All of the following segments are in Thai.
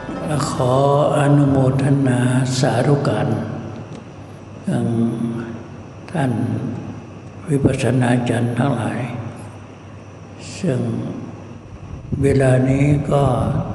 ขออนุโมทนาสาธุการอย่างท่านวิปัสสนาจารย์ทั้งหลายซึ่งเวลานี้ก็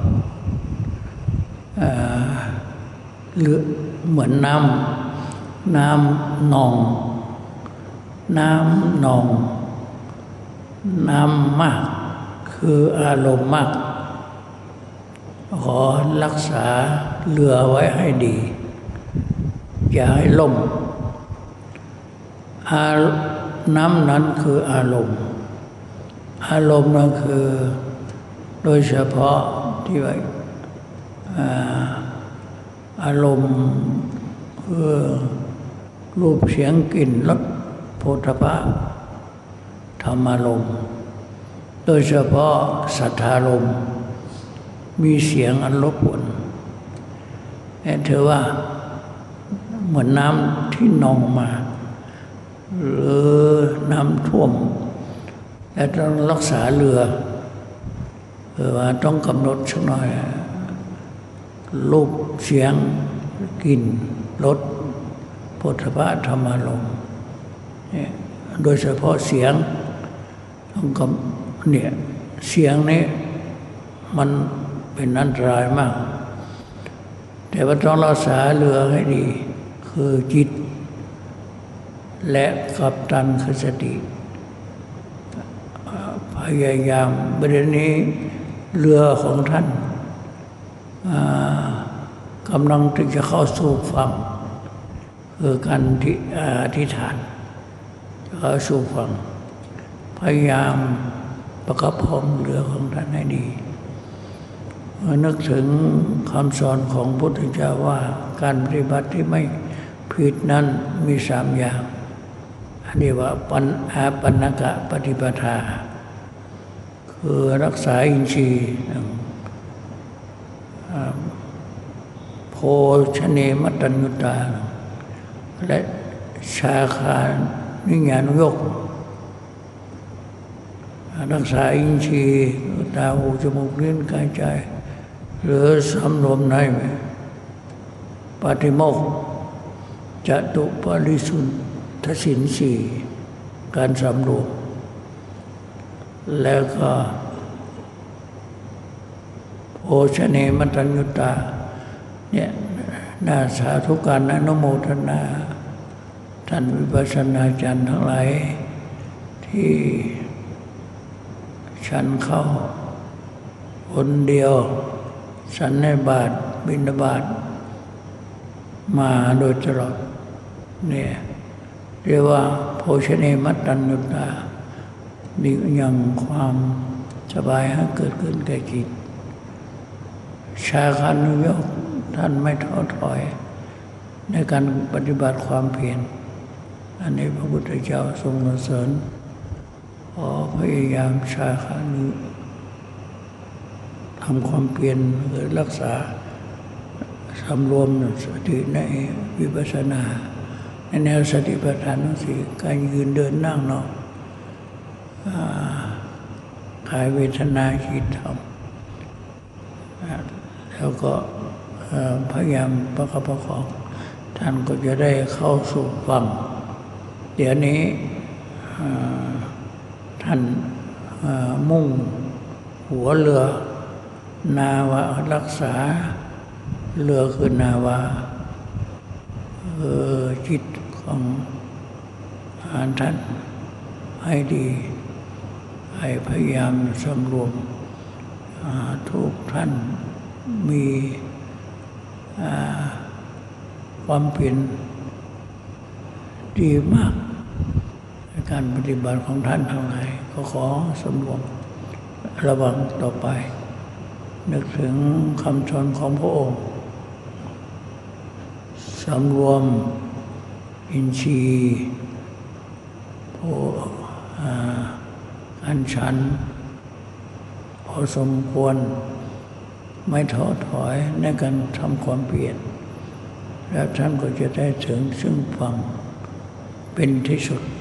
เหมือนน้ำนองน้ำมากคืออารมณ์มากขอรักษาเรือไว้ให้ดีอย่าให้ล่มน้ำนั้นคืออารมณ์นั้นคือโดยเฉพาะที่ว่าอารมณ์คือรูปเสียงกลิ่นรสโผฏฐัพพะธรรมารมณ์โดยเฉพาะสัทธารมณ์มีเสียงอันรบกวนถือว่าเหมือนน้ำที่นองมาหรือน้ำท่วมและต้องรักษาเรือว่าต้องกำหนดสักหน่อยรูปเสียงกลิ่นรสโผฏฐัพพะธรรมารมณ์โดยเฉพาะเสียงต้องเนี่ยเสียงนี้มันเป็นอันตรายมากแต่ว่าต้องรักษาเรือให้ดีคือจิตและกัปตันคือสติพยายามประเด็นนี้เรือของท่านกำลังที่จะเข้าสู่ฝั่งคือการอธิษฐานเข้าสู่ฝั่งพยายามประคับประคองเรือของท่านให้ดีนึกถึงคำสอนของพระพุทธเจ้าว่าการปฏิบัติที่ไม่ผิดนั้นมี3 อย่างอันนี้ว่าปัญญกะปฏิปทาคือรักษาอินทรีย์โภชเนมัตตัญญุตาและชาคานิญานุโยครักษาอินทรีย์ตาหูจมูกลิ้นกายใจหรือสำรวมในปาฏิโมกข์จตุปาริสุทธศีล 4การสำรวมแล้วก็โภชเนมัตตัญญุตาเนี่ยน่าสาธุการอนุโมทนาท่านวิปัสสนาจารย์ทั้งหลายที่ฉันเข้าคนเดียวฉันในบาตรบิณฑบาตมาโดยตลอดเนี่ยเรียกว่าโภชเนมัตตัญญุตานี่ยังความสบายให้เกิดขึ้นแก่จิตชาคานุโยคท่านไม่ท้อถอยในการปฏิบัติความเพียรอันนี้พระพุทธเจ้าทรงสรรเสริญขอพยายามชาคานุทำความเพียรหรือรักษาสำรวมสติในวิปัสสนาในแนวสติปัฏฐานทั้ง 4การยืนเดินนั่งนอนกายเวทนาจิตธรรมแล้วก็พยายามประคับประคองท่านก็จะได้เข้าสู่ฝั่งเดี๋ยวนี้ท่านมุ่งหัวเรือ นาวารักษาเรือคือนาวาจิตของท่านให้ดีให้พยายามสำรวมทุกท่านมีความเพียรดีมากในการปฏิบัติของท่านทั้งหลายก็ขอสำรวมระวังต่อไปนึกถึงคำสอนของพระองค์สำรวมอินทรีย์อันฉันพอสมควรไม่ท้อถอยในการทำความเพียรแล้วท่านก็จะได้ถึงซึ่งฝั่งเป็นที่สุด